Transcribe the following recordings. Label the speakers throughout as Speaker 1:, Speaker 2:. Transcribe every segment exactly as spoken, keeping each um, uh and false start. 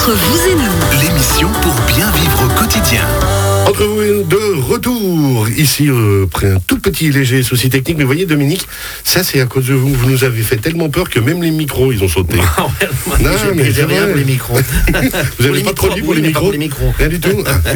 Speaker 1: Entre vous et nous,
Speaker 2: l'émission pour bien vivre au quotidien.
Speaker 3: Entre vous et nous, de retour, ici, euh, après un tout petit léger souci technique. Mais vous voyez, Dominique, ça c'est à cause de vous. Vous nous avez fait tellement peur que même les micros, ils ont sauté.
Speaker 4: Non, mais j'ai rien pour les micros.
Speaker 3: Vous n'avez pas de produit pour les micros,
Speaker 4: les micros.
Speaker 3: Rien du tout. Ah,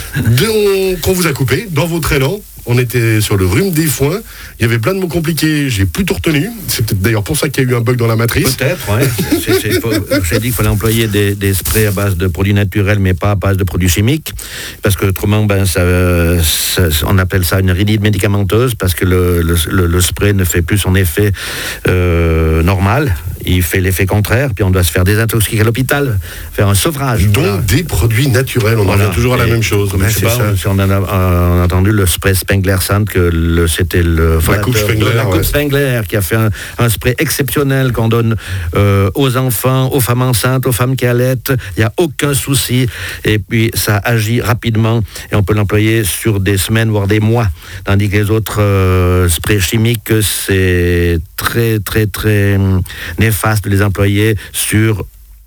Speaker 3: Donc, on vous a coupé dans votre élan. On était sur le rhume des foins. Il y avait plein de mots compliqués. J'ai plus tout retenu. C'est peut-être d'ailleurs pour ça qu'il y a eu un bug dans la matrice.
Speaker 4: Peut-être, oui. J'ai dit qu'il fallait employer des, des sprays à base de produits naturels, mais pas à base de produits chimiques. Parce que autrement, ben, ça, ça, on appelle ça une rhinite médicamenteuse, parce que le, le, le spray ne fait plus son effet euh, normal. Il fait l'effet contraire, puis on doit se faire désintoxiquer à l'hôpital, faire un sevrage.
Speaker 3: Donc
Speaker 4: voilà.
Speaker 3: Des produits naturels, on voilà. en revient toujours à la et, même chose.
Speaker 4: Mais c'est pas, ça. Si on a, on a entendu le spray Spengler Sand, que le, c'était le
Speaker 3: la coupe Spengler,
Speaker 4: la coupe
Speaker 3: ouais.
Speaker 4: Spengler qui a fait un, un spray exceptionnel qu'on donne euh, aux enfants, aux femmes enceintes, aux femmes qui allaitent. Il n'y a aucun souci. Et puis ça agit rapidement et on peut l'employer sur des semaines, voire des mois. Tandis que les autres euh, sprays chimiques, c'est très, très, très néfaste de les employer sur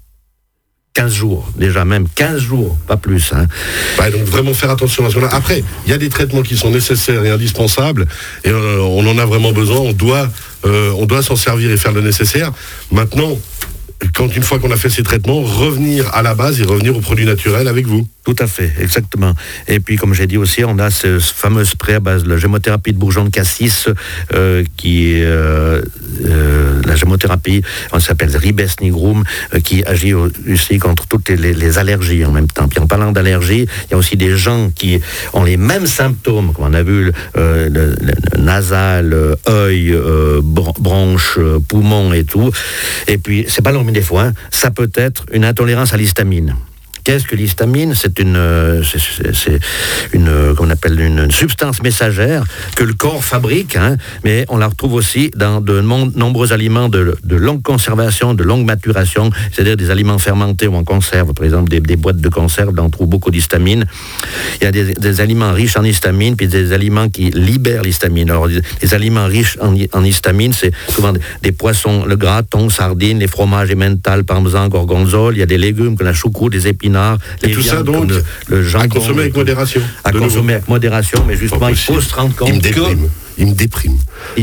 Speaker 4: quinze jours, déjà même quinze jours, pas plus. Hein.
Speaker 3: Bah, donc vraiment faire attention à cela. Après, il y a des traitements qui sont nécessaires et indispensables, et euh, on en a vraiment besoin, on doit, euh, on doit s'en servir et faire le nécessaire. Maintenant, quand une fois qu'on a fait ces traitements, revenir à la base et revenir aux produits naturels avec vous.
Speaker 4: Tout à fait, exactement. Et puis, comme j'ai dit aussi, on a ce, ce fameux spray à base de la gémothérapie de bourgeon de cassis, euh, qui est euh, euh, la gémothérapie, on s'appelle Ribes nigrum, euh, qui agit aussi contre toutes les, les allergies en même temps. Puis en parlant d'allergies, il y a aussi des gens qui ont les mêmes symptômes, comme on a vu, euh, le, le, le nasal, œil, euh, bronche, poumon et tout. Et puis, c'est pas le rhume des foins, ça peut être une intolérance à l'histamine. Qu'est-ce que l'histamine ? C'est une, c'est, c'est, c'est une, qu'on appelle une, une substance messagère que le corps fabrique, hein, mais on la retrouve aussi dans de mon, nombreux aliments de, de longue conservation, de longue maturation, c'est-à-dire des aliments fermentés ou en conserve, par exemple des, des boîtes de conserve, on trouve beaucoup d'histamine. Il y a des, des aliments riches en histamine, puis des aliments qui libèrent l'histamine. Alors, des, des aliments riches en, en histamine, c'est souvent des, des poissons, le graton, sardines, les fromages emmental, parmesan, gorgonzola. Il y a des légumes comme la choucroute, des épinards.
Speaker 3: Et tout ça donc
Speaker 4: le, le jambon,
Speaker 3: à consommer avec modération.
Speaker 4: À consommer nouveau. avec modération, mais justement il faut se rendre compte
Speaker 3: il me déprime. que... Il me déprime.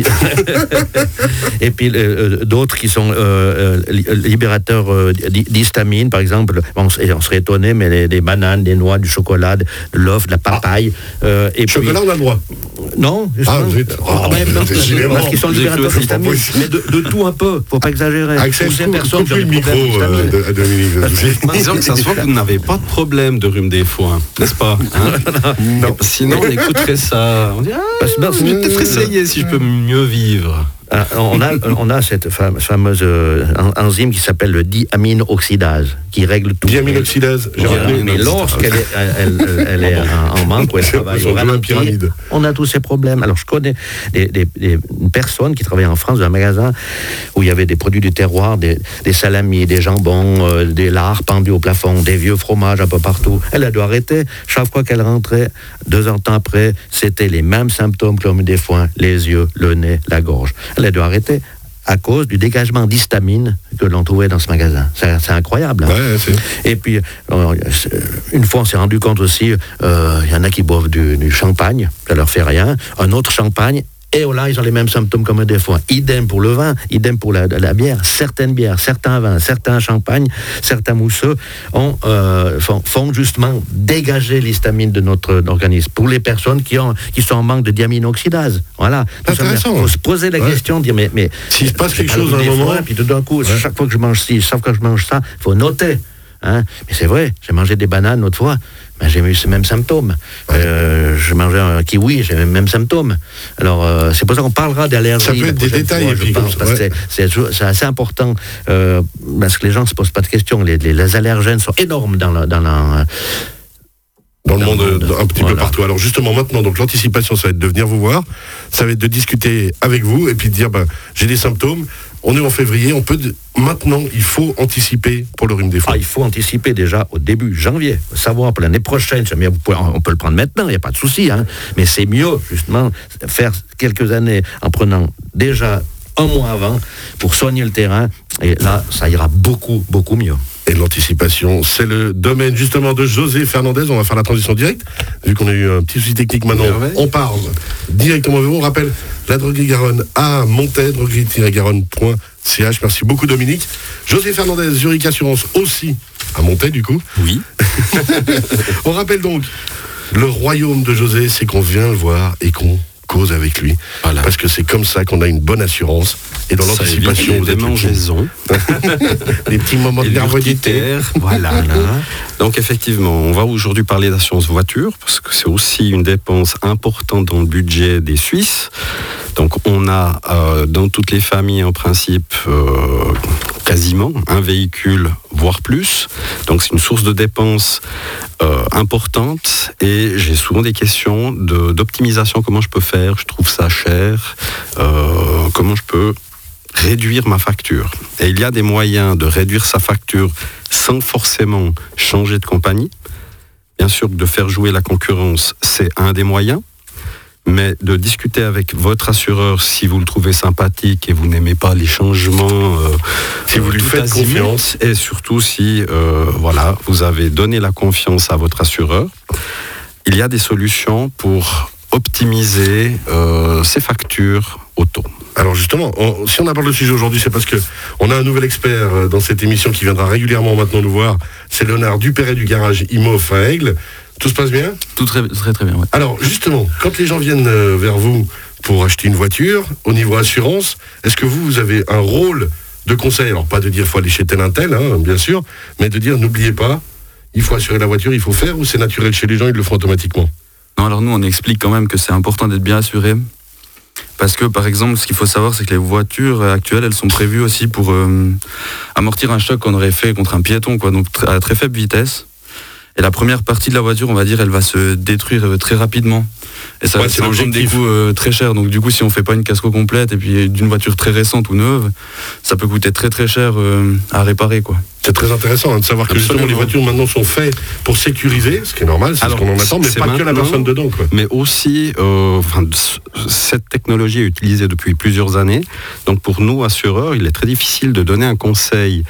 Speaker 4: Et puis euh, d'autres qui sont euh, libérateurs euh, d'histamine, par exemple, on, on serait étonné, mais les, des bananes, des noix, du chocolat, de l'œuf, de la papaye.
Speaker 3: Ah. Euh, et chocolat, puis, on a le droit.
Speaker 4: Non,
Speaker 3: ah, vite. Oh,
Speaker 4: ah, même, non, parce qu'ils sont libérateurs d'histamine. Mais de, de tout un peu, faut pas exagérer.
Speaker 3: Axel, coupe le micro à Dominique.
Speaker 5: Disons que ça se voit que vous n'avez pas de problème de rhume des foins, n'est-ce pas, hein? Non. Sinon, on écouterait ça. On dit, ah, je vais peut-être essayer si je peux mieux vivre.
Speaker 4: Ah, on, a, on a cette fameuse euh, enzyme qui s'appelle le diamine oxydase, qui règle tout.
Speaker 3: Diamine oxydase, j'ai
Speaker 4: retenu. Mais lorsqu'elle est, elle, elle, elle est en, en manque, ou elle travaille au ralenti, on a tous ces problèmes. Alors, je connais des, des, des personnes qui travaillaient en France dans un magasin où il y avait des produits du terroir, des, des salamis, des jambons, euh, des lards pendus au plafond, des vieux fromages un peu partout. Elle a dû arrêter. Chaque fois qu'elle rentrait, deux ans après, c'était les mêmes symptômes que le rhume des foins, les yeux, le nez, la gorge. Elle a dû arrêter à cause du dégagement d'histamine que l'on trouvait dans ce magasin. C'est, c'est incroyable. Hein.
Speaker 3: Ouais, c'est...
Speaker 4: Et puis, euh, une fois, on s'est rendu compte aussi, il euh, y en a qui boivent du, du champagne, ça leur fait rien. Un autre champagne, et oh là, ils ont les mêmes symptômes comme des foins. Idem pour le vin, idem pour la, la bière. Certaines bières, certains vins, certains champagnes, certains mousseux ont, euh, font, font justement dégager l'histamine de notre organisme. Pour les personnes qui, ont, qui sont en manque de diaminoxydase. Voilà. Il faut se poser la ouais. question, dire, mais... mais
Speaker 3: s'il se passe quelque chose à un moment...
Speaker 4: Foins, puis tout d'un coup, ouais. chaque fois que je mange ci, chaque fois que je mange ça, il faut noter. Hein? Mais c'est vrai, j'ai mangé des bananes l'autre fois, ben, j'ai eu ces mêmes symptômes. Euh, je mangeais un kiwi, j'ai eu les mêmes symptômes. Alors, euh, c'est pour ça qu'on parlera d'allergie.
Speaker 3: Ça peut être des détails,
Speaker 4: fois, je pense, parce ouais. que c'est, c'est, c'est assez important, euh, parce que les gens ne se posent pas de questions. Les, les, les allergènes sont énormes dans la... Dans la
Speaker 3: dans le monde, monde un petit voilà. peu partout. Alors justement maintenant, donc l'anticipation, ça va être de venir vous voir, ça va être de discuter avec vous et puis de dire, ben, j'ai des symptômes, on est en février, on peut de... maintenant, il faut anticiper pour le rhume des foins.
Speaker 4: Ah, il faut anticiper déjà au début janvier, savoir pour l'année prochaine, jamais vous pouvez, on peut le prendre maintenant, il n'y a pas de souci, hein, mais c'est mieux justement faire quelques années en prenant déjà un mois avant pour soigner le terrain, et là, ça ira beaucoup, beaucoup mieux.
Speaker 3: Et l'anticipation, c'est le domaine justement de José Fernandez. On va faire la transition directe. Vu qu'on a eu un petit souci technique maintenant, ouais. on parle directement vers vous. On rappelle la droguerie Garonne à Montaix, droguerie tiret garonne point c h. Merci beaucoup Dominique. José Fernandez, Zurich Assurance aussi à Montaix du coup.
Speaker 5: Oui.
Speaker 3: On rappelle donc, le royaume de José, c'est qu'on vient le voir et qu'on cause avec lui. Voilà. Parce que c'est comme ça qu'on a une bonne assurance. Et dans ça l'anticipation,
Speaker 5: vous êtes démangeaisons.
Speaker 3: Des petits moments de nervosité.
Speaker 5: Voilà. Donc effectivement, on va aujourd'hui parler d'assurance voiture, parce que c'est aussi une dépense importante dans le budget des Suisses. Donc on a euh, dans toutes les familles en principe euh, quasiment un véhicule, voire plus. Donc c'est une source de dépenses euh, importante et j'ai souvent des questions de, d'optimisation. Comment je peux faire ? Je trouve ça cher. Euh, comment je peux réduire ma facture ? Et il y a des moyens de réduire sa facture sans forcément changer de compagnie. Bien sûr que de faire jouer la concurrence, c'est un des moyens. Mais de discuter avec votre assureur si vous le trouvez sympathique et vous n'aimez pas les changements, euh,
Speaker 3: si vous lui faites confiance,
Speaker 5: et surtout si euh, voilà, vous avez donné la confiance à votre assureur, il y a des solutions pour optimiser euh, ses factures auto.
Speaker 3: Alors justement, on, si on aborde le sujet aujourd'hui, c'est parce que on a un nouvel expert dans cette émission qui viendra régulièrement maintenant nous voir. C'est Léonard Dupéret du garage Immof à Aigle. Tout se passe bien ?
Speaker 1: Tout très très, très bien, oui.
Speaker 3: Alors justement, quand les gens viennent vers vous pour acheter une voiture, au niveau assurance, est-ce que vous, vous avez un rôle de conseil ? Alors pas de dire il faut aller chez tel un tel, hein, bien sûr, mais de dire n'oubliez pas, il faut assurer la voiture, il faut faire, ou c'est naturel chez les gens, ils le font automatiquement ?
Speaker 1: Non, alors nous on explique quand même que c'est important d'être bien assuré. Parce que par exemple, ce qu'il faut savoir, c'est que les voitures actuelles, elles sont prévues aussi pour euh, amortir un choc qu'on aurait fait contre un piéton, quoi, donc à très faible vitesse. Et la première partie de la voiture, on va dire, elle va se détruire très rapidement. Et ça, ouais, ça engendre des coûts euh, très chers. Donc du coup, si on fait pas une casco complète et puis d'une voiture très récente ou neuve, ça peut coûter très très cher euh, à réparer, quoi.
Speaker 3: C'est très intéressant hein, de savoir que Absolument. Justement les voitures maintenant sont faites pour sécuriser, ce qui est normal, c'est Alors, ce qu'on en attend, mais pas que la personne dedans, quoi.
Speaker 5: Mais aussi, euh, enfin, cette technologie est utilisée depuis plusieurs années. Donc pour nous, assureurs, il est très difficile de donner un conseil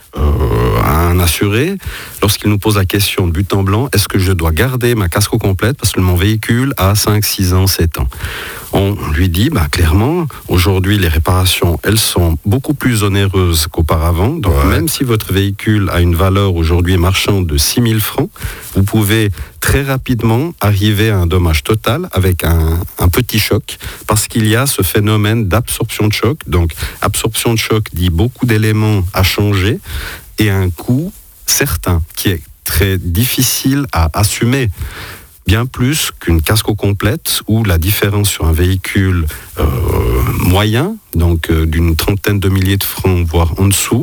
Speaker 5: Euh, à un assuré lorsqu'il nous pose la question de but en blanc, est-ce que je dois garder ma casco complète parce que mon véhicule a cinq, six ans, sept ans. On lui dit bah, clairement, aujourd'hui les réparations elles sont beaucoup plus onéreuses qu'auparavant, donc ouais. Même si votre véhicule a une valeur aujourd'hui marchande de six mille francs, vous pouvez très rapidement arriver à un dommage total avec un, un petit choc, parce qu'il y a ce phénomène d'absorption de choc. Donc absorption de choc dit beaucoup d'éléments à changer et un coût certain qui est très difficile à assumer, bien plus qu'une casco complète où la différence sur un véhicule euh, moyen, donc euh, d'une trentaine de milliers de francs, voire en dessous,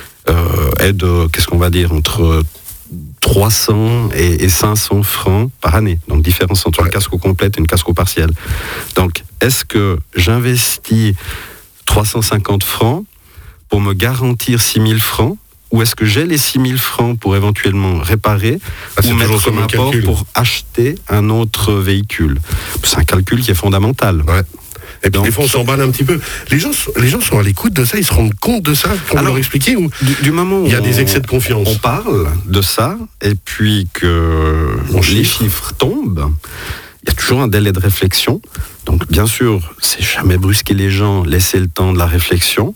Speaker 5: euh, est de, qu'est-ce qu'on va dire, entre trois cents et, et cinq cents francs par année. Donc différence entre une casco complète et une casco partielle. Donc est-ce que j'investis trois cent cinquante francs pour me garantir six mille francs, ou est-ce que j'ai les six mille francs pour éventuellement réparer ah, ou mettre comme apport pour acheter un autre véhicule ? C'est un calcul qui est fondamental.
Speaker 3: Ouais. Et puis Donc, des fois on s'emballe un petit peu. Les gens, les gens sont à l'écoute de ça, ils se rendent compte de ça quand alors, vous leur expliquez ou
Speaker 5: du, du moment où
Speaker 3: il y a des excès de confiance.
Speaker 5: On parle de ça et puis que on les chiffre. chiffres tombent. Il y a toujours un délai de réflexion. Donc bien sûr, c'est jamais brusquer les gens, laisser le temps de la réflexion.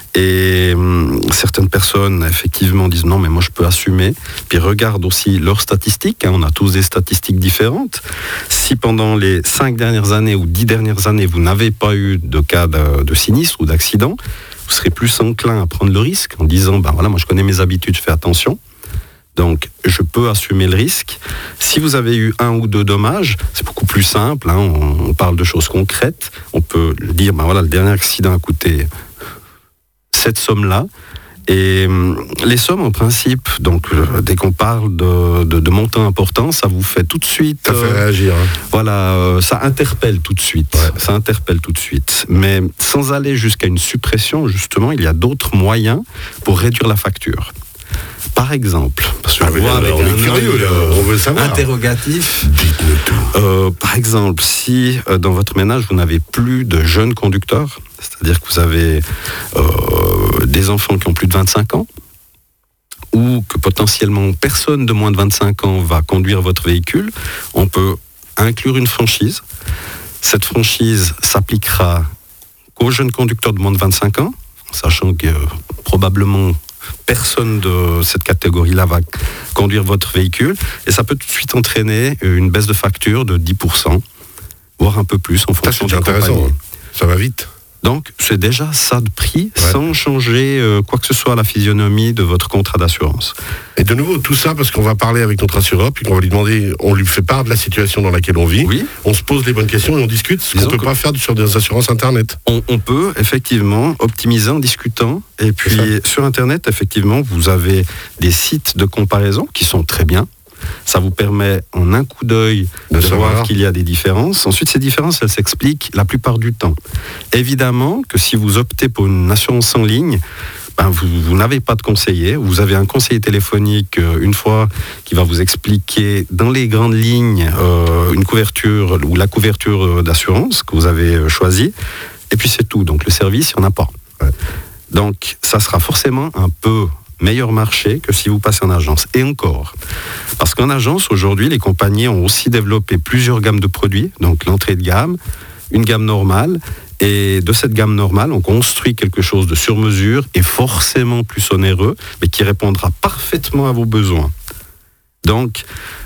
Speaker 5: Et hum, certaines personnes, effectivement, disent non, mais moi je peux assumer. Puis regardent aussi leurs statistiques. Hein, on a tous des statistiques différentes. Si pendant les cinq dernières années ou dix dernières années, vous n'avez pas eu de cas de, de sinistre ou d'accident, vous serez plus enclin à prendre le risque en disant, ben voilà, moi je connais mes habitudes, je fais attention. Donc, je peux assumer le risque. Si vous avez eu un ou deux dommages, c'est beaucoup plus simple. Hein, on, on parle de choses concrètes. On peut dire, ben voilà, le dernier accident a coûté cette somme-là. Et les sommes, en principe, donc euh, dès qu'on parle de, de, de montants importants, ça vous fait tout de suite...
Speaker 3: Ça euh, fait réagir. Hein.
Speaker 5: Voilà, euh, ça interpelle tout de suite. Ouais. Ça interpelle tout de suite. Mais sans aller jusqu'à une suppression, justement, il y a d'autres moyens pour réduire la facture. Par exemple, parce que
Speaker 3: ah, je vois avec
Speaker 5: on
Speaker 3: un curieux, là, on veut savoir.
Speaker 5: Interrogatif.
Speaker 3: Dites-nous tout.
Speaker 5: Euh, par exemple, si euh, dans votre ménage vous n'avez plus de jeunes conducteurs, c'est-à-dire que vous avez euh, des enfants qui ont plus de vingt-cinq ans, ou que potentiellement personne de moins de vingt-cinq ans va conduire votre véhicule, on peut inclure une franchise. Cette franchise s'appliquera qu'aux jeunes conducteurs de moins de vingt-cinq ans, sachant que euh, probablement personne de cette catégorie-là va conduire votre véhicule, et ça peut tout de suite entraîner une baisse de facture de dix pour cent, voire un peu plus en fonction
Speaker 3: ça, c'est
Speaker 5: des
Speaker 3: intéressant,
Speaker 5: compagnies.
Speaker 3: Ça va vite.
Speaker 5: Donc, c'est déjà ça de prix,
Speaker 3: Ouais.
Speaker 5: sans changer euh, quoi que ce soit à la physionomie de votre contrat d'assurance.
Speaker 3: Et de nouveau, tout ça parce qu'on va parler avec notre assureur, puis qu'on va lui demander, on lui fait part de la situation dans laquelle on vit,
Speaker 5: Oui.
Speaker 3: on se pose les bonnes questions et on discute, ce qu'on
Speaker 5: Disons
Speaker 3: ne peut
Speaker 5: que-
Speaker 3: pas faire sur des assurances Internet.
Speaker 5: On, on peut effectivement optimiser en discutant. Et puis,
Speaker 3: C'est
Speaker 5: sur Internet, effectivement, vous avez des sites de comparaison qui sont très bien. Ça vous permet en un coup d'œil
Speaker 3: De
Speaker 5: de,
Speaker 3: savoir.
Speaker 5: voir qu'il y a des différences. Ensuite, ces différences, elles s'expliquent la plupart du temps. Évidemment que si vous optez pour une assurance en ligne, ben vous, vous n'avez pas de conseiller. Vous avez un conseiller téléphonique euh, une fois qui va vous expliquer dans les grandes lignes euh, une couverture ou la couverture euh, d'assurance que vous avez euh, choisie. Et puis c'est tout. Donc le service, il n'y en a pas.
Speaker 3: Ouais.
Speaker 5: Donc ça sera forcément un peu meilleur marché que si vous passez en agence. Et encore. Parce qu'en agence, aujourd'hui, les compagnies ont aussi développé plusieurs gammes de produits. Donc l'entrée de gamme, une gamme normale. Et de cette gamme normale, on construit quelque chose de sur mesure et forcément plus onéreux, mais qui répondra parfaitement à vos besoins. Donc,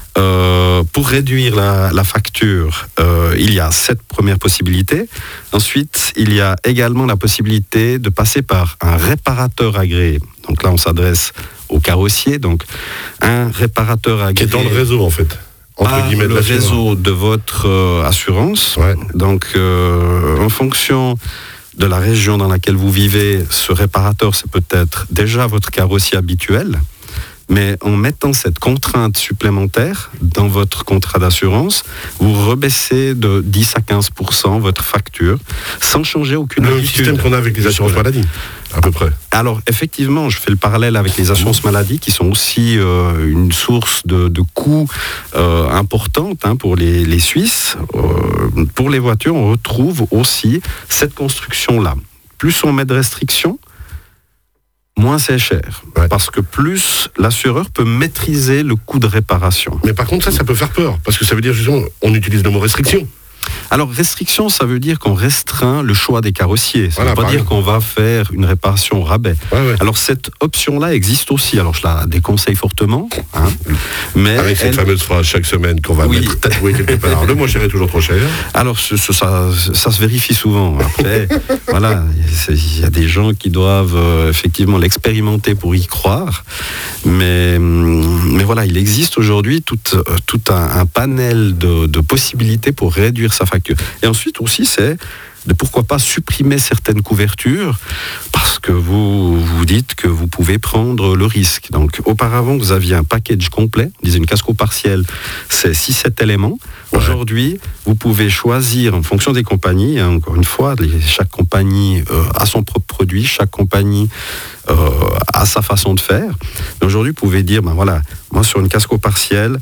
Speaker 5: euh, pour réduire la, la facture, euh, il y a cette première possibilité. Ensuite, il y a également la possibilité de passer par un réparateur agréé. Donc là, on s'adresse aux carrossiers. Donc, un réparateur
Speaker 3: Qui
Speaker 5: agréé.
Speaker 3: est dans le réseau, en fait. Entre
Speaker 5: par
Speaker 3: guillemets, de
Speaker 5: le
Speaker 3: l'assureur.
Speaker 5: réseau de votre euh, assurance.
Speaker 3: Ouais.
Speaker 5: Donc, euh, en fonction de la région dans laquelle vous vivez, ce réparateur, c'est peut-être déjà votre carrossier habituel. Mais en mettant cette contrainte supplémentaire dans votre contrat d'assurance, vous rebaissez de dix à quinze pour cent votre facture sans changer aucune
Speaker 3: Le
Speaker 5: habitude.
Speaker 3: système qu'on a avec les assurances maladie, à peu près.
Speaker 5: Alors, effectivement, je fais le parallèle avec les assurances maladie qui sont aussi euh, une source de, de coûts euh, importante hein, pour les, les Suisses. Euh, pour les voitures, on retrouve aussi cette construction-là. Plus on met de restrictions, moins c'est cher.
Speaker 3: Ouais.
Speaker 5: Parce que plus l'assureur peut maîtriser le coût de réparation.
Speaker 3: Mais par contre, ça, ça peut faire peur, parce que ça veut dire justement, on utilise le mot restriction.
Speaker 5: Alors, restriction, ça veut dire qu'on restreint le choix des carrossiers. Ça
Speaker 3: Voilà,
Speaker 5: ne veut pas
Speaker 3: pareil.
Speaker 5: dire qu'on va faire une réparation au rabais.
Speaker 3: Ouais, ouais.
Speaker 5: Alors, cette option-là existe aussi. Alors, je la déconseille fortement. Hein, mais
Speaker 3: Avec cette
Speaker 5: elle-
Speaker 3: fameuse phrase chaque semaine qu'on va
Speaker 5: Oui.
Speaker 3: mettre tatouée quelque part. Alors, le moins cher est toujours trop cher.
Speaker 5: Alors, ce- ce- ça, ça se vérifie souvent. Après, voilà, c'est- il y a des gens qui doivent euh, effectivement l'expérimenter pour y croire. Mais, hum, mais voilà, il existe aujourd'hui tout, euh, tout un, un panel de, de possibilités pour réduire sa facture. Et ensuite aussi, c'est de pourquoi pas supprimer certaines couvertures parce que vous vous dites que vous pouvez prendre le risque. Donc, auparavant, vous aviez un package complet, on disait une casco partielle, c'est six sept éléments.
Speaker 3: Ouais.
Speaker 5: Aujourd'hui, vous pouvez choisir en fonction des compagnies, hein, encore une fois, les- chaque compagnie euh, a son propre produit, chaque compagnie euh, a sa façon de faire. Mais aujourd'hui, vous pouvez dire, ben voilà, moi sur une casco partielle,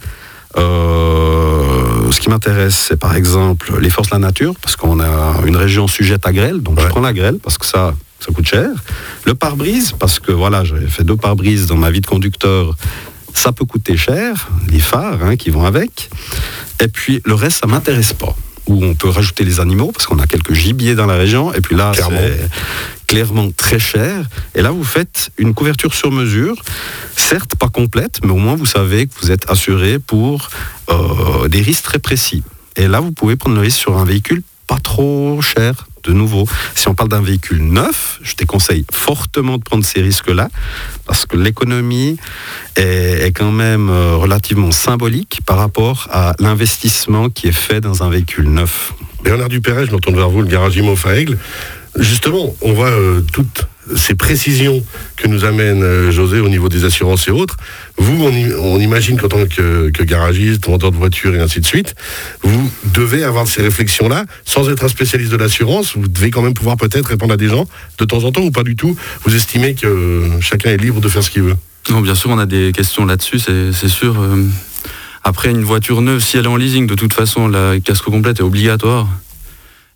Speaker 5: euh, ce qui m'intéresse, c'est par exemple les forces de la nature, parce qu'on a une région sujette à grêle, donc
Speaker 3: Ouais.
Speaker 5: je prends la grêle, parce que ça, ça coûte cher. Le pare-brise, parce que voilà, j'ai fait deux pare-brises dans ma vie de conducteur, ça peut coûter cher, les phares hein, qui vont avec. Et puis le reste, ça m'intéresse pas. Où on peut rajouter les animaux, parce qu'on a quelques gibiers dans la région, et puis là,
Speaker 3: Clairement.
Speaker 5: c'est clairement très cher. Et là, vous faites une couverture sur mesure, certes pas complète, mais au moins vous savez que vous êtes assuré pour euh, des risques très précis. Et là, vous pouvez prendre le risque sur un véhicule pas trop cher, de nouveau. Si on parle d'un véhicule neuf, je te conseille fortement de prendre ces risques-là, parce que l'économie est, est quand même euh, relativement symbolique par rapport à l'investissement qui est fait dans un véhicule neuf.
Speaker 3: Bernard Dupéret, je me tourne vers vous, le garage Imo Faègle. Justement, on voit euh, toutes ces précisions que nous amène euh, José au niveau des assurances et autres. Vous, on, y- on imagine qu'en tant que, que garagiste, vendeur de voitures et ainsi de suite, vous devez avoir ces réflexions-là, sans être un spécialiste de l'assurance. Vous devez quand même pouvoir peut-être répondre à des gens de temps en temps ou pas du tout. Vous estimez que euh, chacun est libre de faire ce qu'il veut.
Speaker 1: Non, bien sûr, on a des questions là-dessus, c'est c'est sûr. Euh, Après, une voiture neuve, si elle est en leasing, de toute façon, la casco complète est obligatoire.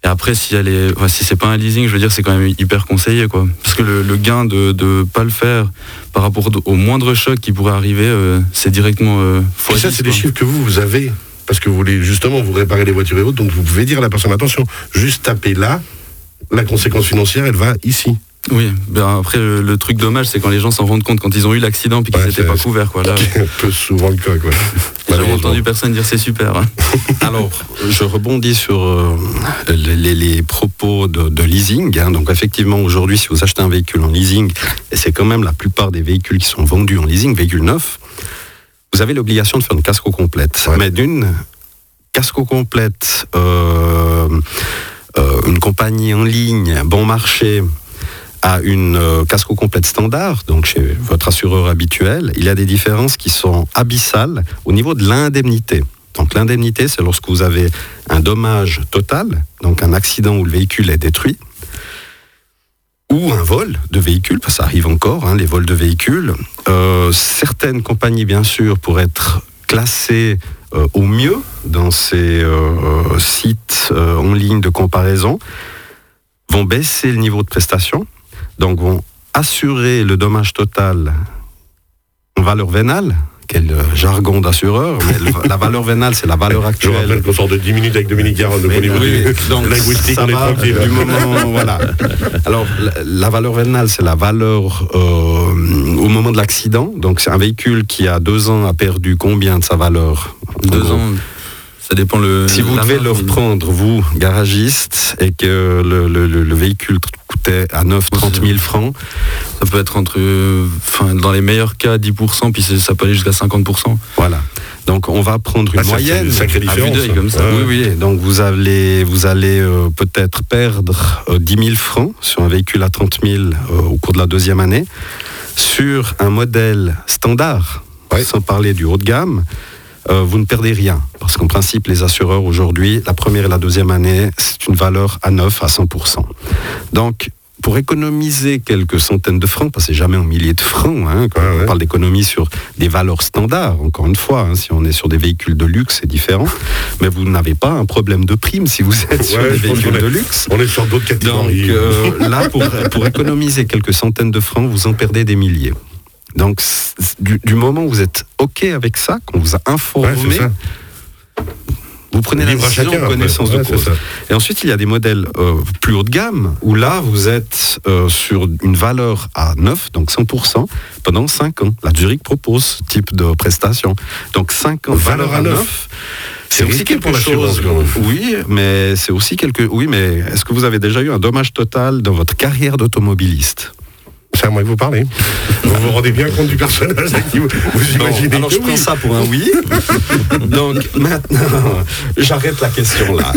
Speaker 1: Et après, si, elle est, enfin, si c'est pas un leasing, je veux dire, c'est quand même hyper conseillé, quoi. Parce que le, le gain de ne pas le faire par rapport au moindre choc qui pourrait arriver, euh, c'est directement euh, fois
Speaker 3: Et ça,
Speaker 1: dix,
Speaker 3: c'est
Speaker 1: quoi.
Speaker 3: des chiffres que vous, vous avez, parce que vous voulez justement vous réparer les voitures et autres, donc vous pouvez dire à la personne, attention, juste taper là, la conséquence financière, elle va ici.
Speaker 1: Oui, ben après, le, le truc dommage, c'est quand les gens s'en rendent compte quand ils ont eu l'accident puis qu'ils
Speaker 3: Ouais,
Speaker 1: n'étaient pas couverts, quoi. Là,
Speaker 3: C'est un peu souvent le cas, quoi.
Speaker 1: j'ai entendu personne dire c'est super. Hein.
Speaker 5: Alors, je rebondis sur euh, les, les, les propos de, de leasing. Hein. Donc, effectivement, aujourd'hui, si vous achetez un véhicule en leasing, et c'est quand même la plupart des véhicules qui sont vendus en leasing, véhicules neufs, vous avez l'obligation de faire une casco complète.
Speaker 3: Ouais.
Speaker 5: Mais d'une casco complète, euh, euh, une compagnie en ligne, bon marché, à une euh, casco complète standard, donc chez votre assureur habituel, il y a des différences qui sont abyssales au niveau de l'indemnité. Donc l'indemnité, c'est lorsque vous avez un dommage total, donc un accident où le véhicule est détruit, ou un vol de véhicule, parce que ça arrive encore, hein, les vols de véhicules. Euh, certaines compagnies, bien sûr, pour être classées euh, au mieux dans ces euh, sites euh, en ligne de comparaison, vont baisser le niveau de prestation. Donc, vont assurer le dommage total en valeur vénale. Quel euh, jargon d'assureur, mais le, la valeur vénale, c'est la valeur
Speaker 3: Je
Speaker 5: actuelle.
Speaker 3: vous rappelle qu'on sort de dix minutes avec Dominique Garonne, donc
Speaker 5: Mais
Speaker 3: au niveau
Speaker 5: oui,
Speaker 3: du
Speaker 5: donc
Speaker 3: linguistique,
Speaker 5: ça
Speaker 3: on est
Speaker 5: va
Speaker 3: tranquille.
Speaker 5: du moment, voilà. Alors, la, la valeur vénale, c'est la valeur euh, au moment de l'accident. Donc, c'est un véhicule qui, a deux ans, a perdu combien de sa valeur?
Speaker 1: Deux ans, ça dépend le.
Speaker 5: Si vous
Speaker 1: la
Speaker 5: devez
Speaker 1: marque,
Speaker 5: le
Speaker 1: mais-
Speaker 5: reprendre, vous, garagiste, et que le, le, le, le véhicule coûtait à neuf trente mille francs,
Speaker 1: Ça peut être entre, euh, enfin, dans les meilleurs cas, dix pour cent, puis c'est- ça peut aller jusqu'à cinquante pour cent.
Speaker 5: voilà. Donc, on va prendre une
Speaker 3: Ah, ça, c'est
Speaker 5: moyenne.
Speaker 3: une sacrée
Speaker 1: à vue
Speaker 3: différence.
Speaker 1: d'œil, comme ça.
Speaker 3: Ouais.
Speaker 5: Oui, oui. Donc, vous allez, vous allez euh, peut-être perdre euh, dix mille francs sur un véhicule à trente mille euh, au cours de la deuxième année. Sur un modèle standard,
Speaker 3: Ouais.
Speaker 5: sans parler du haut de gamme, euh, vous ne perdez rien. Parce qu'en principe, les assureurs aujourd'hui, la première et la deuxième année, c'est une valeur à neuf à cent pour cent. Donc, pour économiser quelques centaines de francs, parce que c'est jamais en milliers de francs, hein, quand
Speaker 3: Ouais,
Speaker 5: on
Speaker 3: ouais.
Speaker 5: parle d'économie sur des valeurs standards, encore une fois, hein, si on est sur des véhicules de luxe, c'est différent, mais vous n'avez pas un problème de prime si vous êtes sur
Speaker 3: Ouais,
Speaker 5: des
Speaker 3: je pense
Speaker 5: véhicules
Speaker 3: qu'on est-
Speaker 5: de luxe.
Speaker 3: On est sur d'autres
Speaker 5: Donc
Speaker 3: catégories.
Speaker 5: euh, là, pour, pour économiser quelques centaines de francs, vous en perdez des milliers. Donc c- du, du moment où vous êtes OK avec ça, qu'on vous a
Speaker 3: Ouais,
Speaker 5: informé,
Speaker 3: c'est ça.
Speaker 5: vous prenez la
Speaker 3: Libre à
Speaker 5: décision
Speaker 3: chacun,
Speaker 5: en
Speaker 3: après.
Speaker 5: connaissance
Speaker 3: Ouais,
Speaker 5: de
Speaker 3: c'est
Speaker 5: cause.
Speaker 3: ça.
Speaker 5: Et ensuite, il y a des modèles euh, plus haut de gamme, où là, vous êtes euh, sur une valeur à neuf, donc cent pour cent, pendant cinq ans. La Zurich propose ce type de prestation. Donc cinq ans,
Speaker 3: Valeur
Speaker 5: valeur
Speaker 3: à
Speaker 5: à
Speaker 3: neuf.
Speaker 5: neuf.
Speaker 3: C'est
Speaker 5: C'est aussi
Speaker 3: risqué
Speaker 5: quelque
Speaker 3: pour l'assurance,
Speaker 5: chose.
Speaker 3: quand même.
Speaker 5: Oui, mais c'est aussi quelque. Oui, mais est-ce que vous avez déjà eu un dommage total dans votre carrière d'automobiliste?
Speaker 3: C'est à moi que vous parlez. Vous vous rendez bien compte du personnage à qui vous, vous
Speaker 5: Bon,
Speaker 3: imaginez
Speaker 5: alors
Speaker 3: que
Speaker 5: je prends
Speaker 3: oui.
Speaker 5: ça pour un oui. Donc maintenant, j'arrête la question là,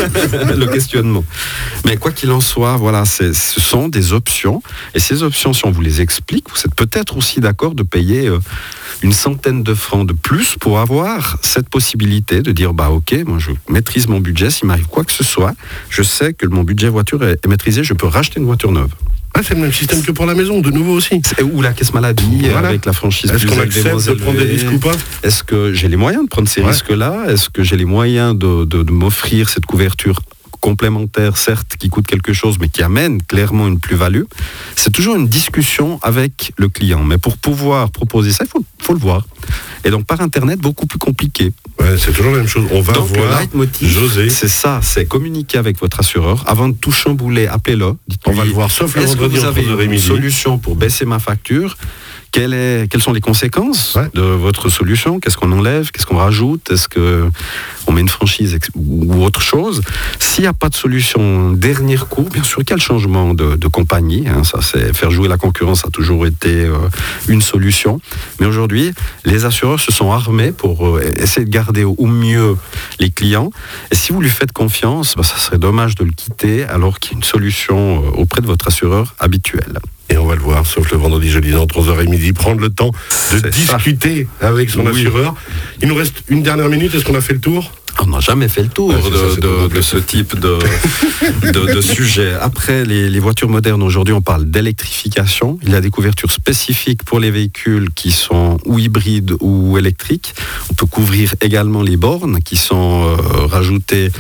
Speaker 5: le questionnement. Mais quoi qu'il en soit, voilà, c'est- ce sont des options. Et ces options, si on vous les explique, vous êtes peut-être aussi d'accord de payer euh, une centaine de francs de plus pour avoir cette possibilité de dire, bah ok, moi je maîtrise mon budget, s'il m'arrive quoi que ce soit, je sais que mon budget voiture est, est maîtrisé, je peux racheter une voiture neuve.
Speaker 3: Ah, c'est le même système que pour la maison, de nouveau aussi.
Speaker 5: C'est- Ou la caisse maladie,
Speaker 3: Voilà.
Speaker 5: avec la franchise
Speaker 3: Est-ce
Speaker 5: plus
Speaker 3: qu'on
Speaker 5: élevée,
Speaker 3: accepte
Speaker 5: moins
Speaker 3: de prendre des
Speaker 5: élevée.
Speaker 3: risques ou pas?
Speaker 5: Est-ce que j'ai les moyens de prendre ces
Speaker 3: Ouais.
Speaker 5: risques-là? Est-ce que j'ai les moyens de, de- de m'offrir cette couverture complémentaire, certes, qui coûte quelque chose, mais qui amène clairement une plus-value? C'est toujours une discussion avec le client. Mais pour pouvoir proposer ça, il faut, faut le voir. Et donc, par Internet, beaucoup plus compliqué.
Speaker 3: Ouais, c'est toujours la même chose. On va
Speaker 5: Donc, le
Speaker 3: voir
Speaker 5: leitmotiv,
Speaker 3: José.
Speaker 5: c'est ça, c'est communiquer avec votre assureur. Avant de tout chambouler, appelez-le. Dites-lui,
Speaker 3: On va le voir, sauf le
Speaker 5: est-ce que
Speaker 3: vendredi
Speaker 5: vous
Speaker 3: entre
Speaker 5: avez
Speaker 3: deux heures et
Speaker 5: une
Speaker 3: midi.
Speaker 5: solution pour baisser ma facture? Quelle est, quelles sont les conséquences
Speaker 3: Ouais.
Speaker 5: de votre solution? Qu'est-ce qu'on enlève? Qu'est-ce qu'on rajoute? Est-ce qu'on met une franchise ex- ou autre chose? S'il n'y a pas de solution dernier recours, bien sûr qu'il y a le changement de, de compagnie. Hein, ça, c'est faire jouer la concurrence, ça a toujours été euh, une solution. Mais aujourd'hui, les assureurs se sont armés pour euh, essayer de garder au, au mieux les clients. Et si vous lui faites confiance, bah, ça serait dommage de le quitter alors qu'il y a une solution euh, auprès de votre assureur habituel.
Speaker 3: Et on va le voir, sauf le vendredi, jeudi, entre onze heures et midi, prendre le temps de
Speaker 5: C'est ça.
Speaker 3: discuter avec son
Speaker 5: Oui.
Speaker 3: assureur. Il nous reste une dernière minute, est-ce qu'on a fait le tour?
Speaker 5: On n'a jamais fait le tour
Speaker 3: Ouais, c'est
Speaker 5: de,
Speaker 3: ça, c'est
Speaker 5: de-
Speaker 3: tout
Speaker 5: de ce type de, de, de sujet. Après, les, les voitures modernes, aujourd'hui, on parle d'électrification. Il y a des couvertures spécifiques pour les véhicules qui sont ou hybrides ou électriques. On peut couvrir également les bornes qui sont euh, rajoutées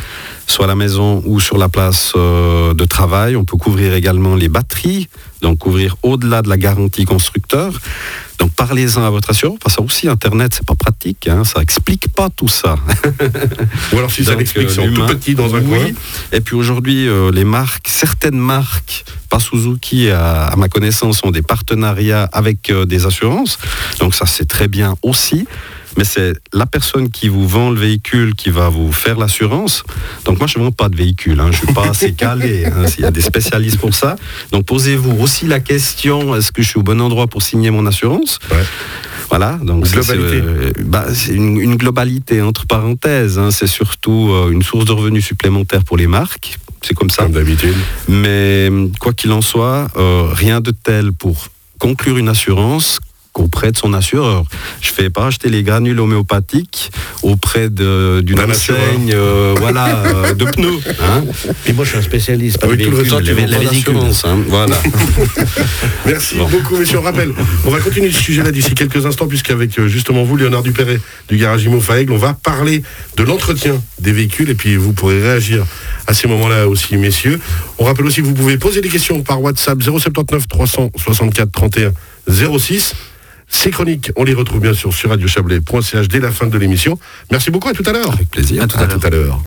Speaker 5: soit à la maison ou sur la place euh, de travail. On peut couvrir également les batteries, donc couvrir au-delà de la garantie constructeur. Donc parlez-en à votre assureur, parce que ça aussi Internet c'est pas pratique, hein, ça explique pas tout ça.
Speaker 3: Ou alors si ça
Speaker 5: Donc,
Speaker 3: l'explique,
Speaker 5: euh,
Speaker 3: c'est en tout
Speaker 5: l'humain,
Speaker 3: petit dans un
Speaker 5: oui.
Speaker 3: coin.
Speaker 5: Et puis aujourd'hui, euh, les marques, certaines marques, pas Suzuki à, à ma connaissance, ont des partenariats avec euh, des assurances. Donc ça c'est très bien aussi. Mais c'est la personne qui vous vend le véhicule qui va vous faire l'assurance. Donc moi, je ne vends pas de véhicule, hein. Je ne suis pas assez calé. Hein. Il y a des spécialistes pour ça. Donc posez-vous aussi la question, est-ce que je suis au bon endroit pour signer mon assurance ?
Speaker 3: Ouais.
Speaker 5: Voilà, donc c'est,
Speaker 3: Globalité.
Speaker 5: euh, bah, c'est une, une globalité, entre parenthèses. Hein. C'est surtout euh, une source de revenus supplémentaire pour les marques. C'est comme ça.
Speaker 3: Comme d'habitude.
Speaker 5: Mais quoi qu'il en soit, euh, rien de tel pour conclure une assurance qu'auprès de son assureur. Je ne fais pas acheter les granules homéopathiques auprès de, d'une
Speaker 3: D'un
Speaker 5: enseigne euh, voilà, euh, de pneus. Hein.
Speaker 4: Puis moi, je suis un spécialiste. Pas
Speaker 3: Avec
Speaker 4: de
Speaker 3: tout le
Speaker 4: véhicules,
Speaker 3: reste, tu
Speaker 4: les-
Speaker 3: vends
Speaker 4: les
Speaker 3: pas
Speaker 4: véhicules.
Speaker 5: L'assurance, hein, voilà.
Speaker 3: Merci
Speaker 5: Bon.
Speaker 3: beaucoup, messieurs. On rappelle, on va continuer ce sujet-là d'ici quelques instants, puisqu'avec euh, justement vous, Léonard Dupéret, du garage Imo Faègle, on va parler de l'entretien des véhicules, et puis vous pourrez réagir à ces moments-là aussi, messieurs. On rappelle aussi que vous pouvez poser des questions par WhatsApp zéro sept neuf trois cent soixante-quatre trente et un zéro six. Ces chroniques, on les retrouve bien sûr sur radio chablais point c h dès la fin de l'émission. Merci beaucoup, à tout à l'heure.
Speaker 5: Avec plaisir.
Speaker 1: À tout à l'heure.
Speaker 3: À tout à l'heure.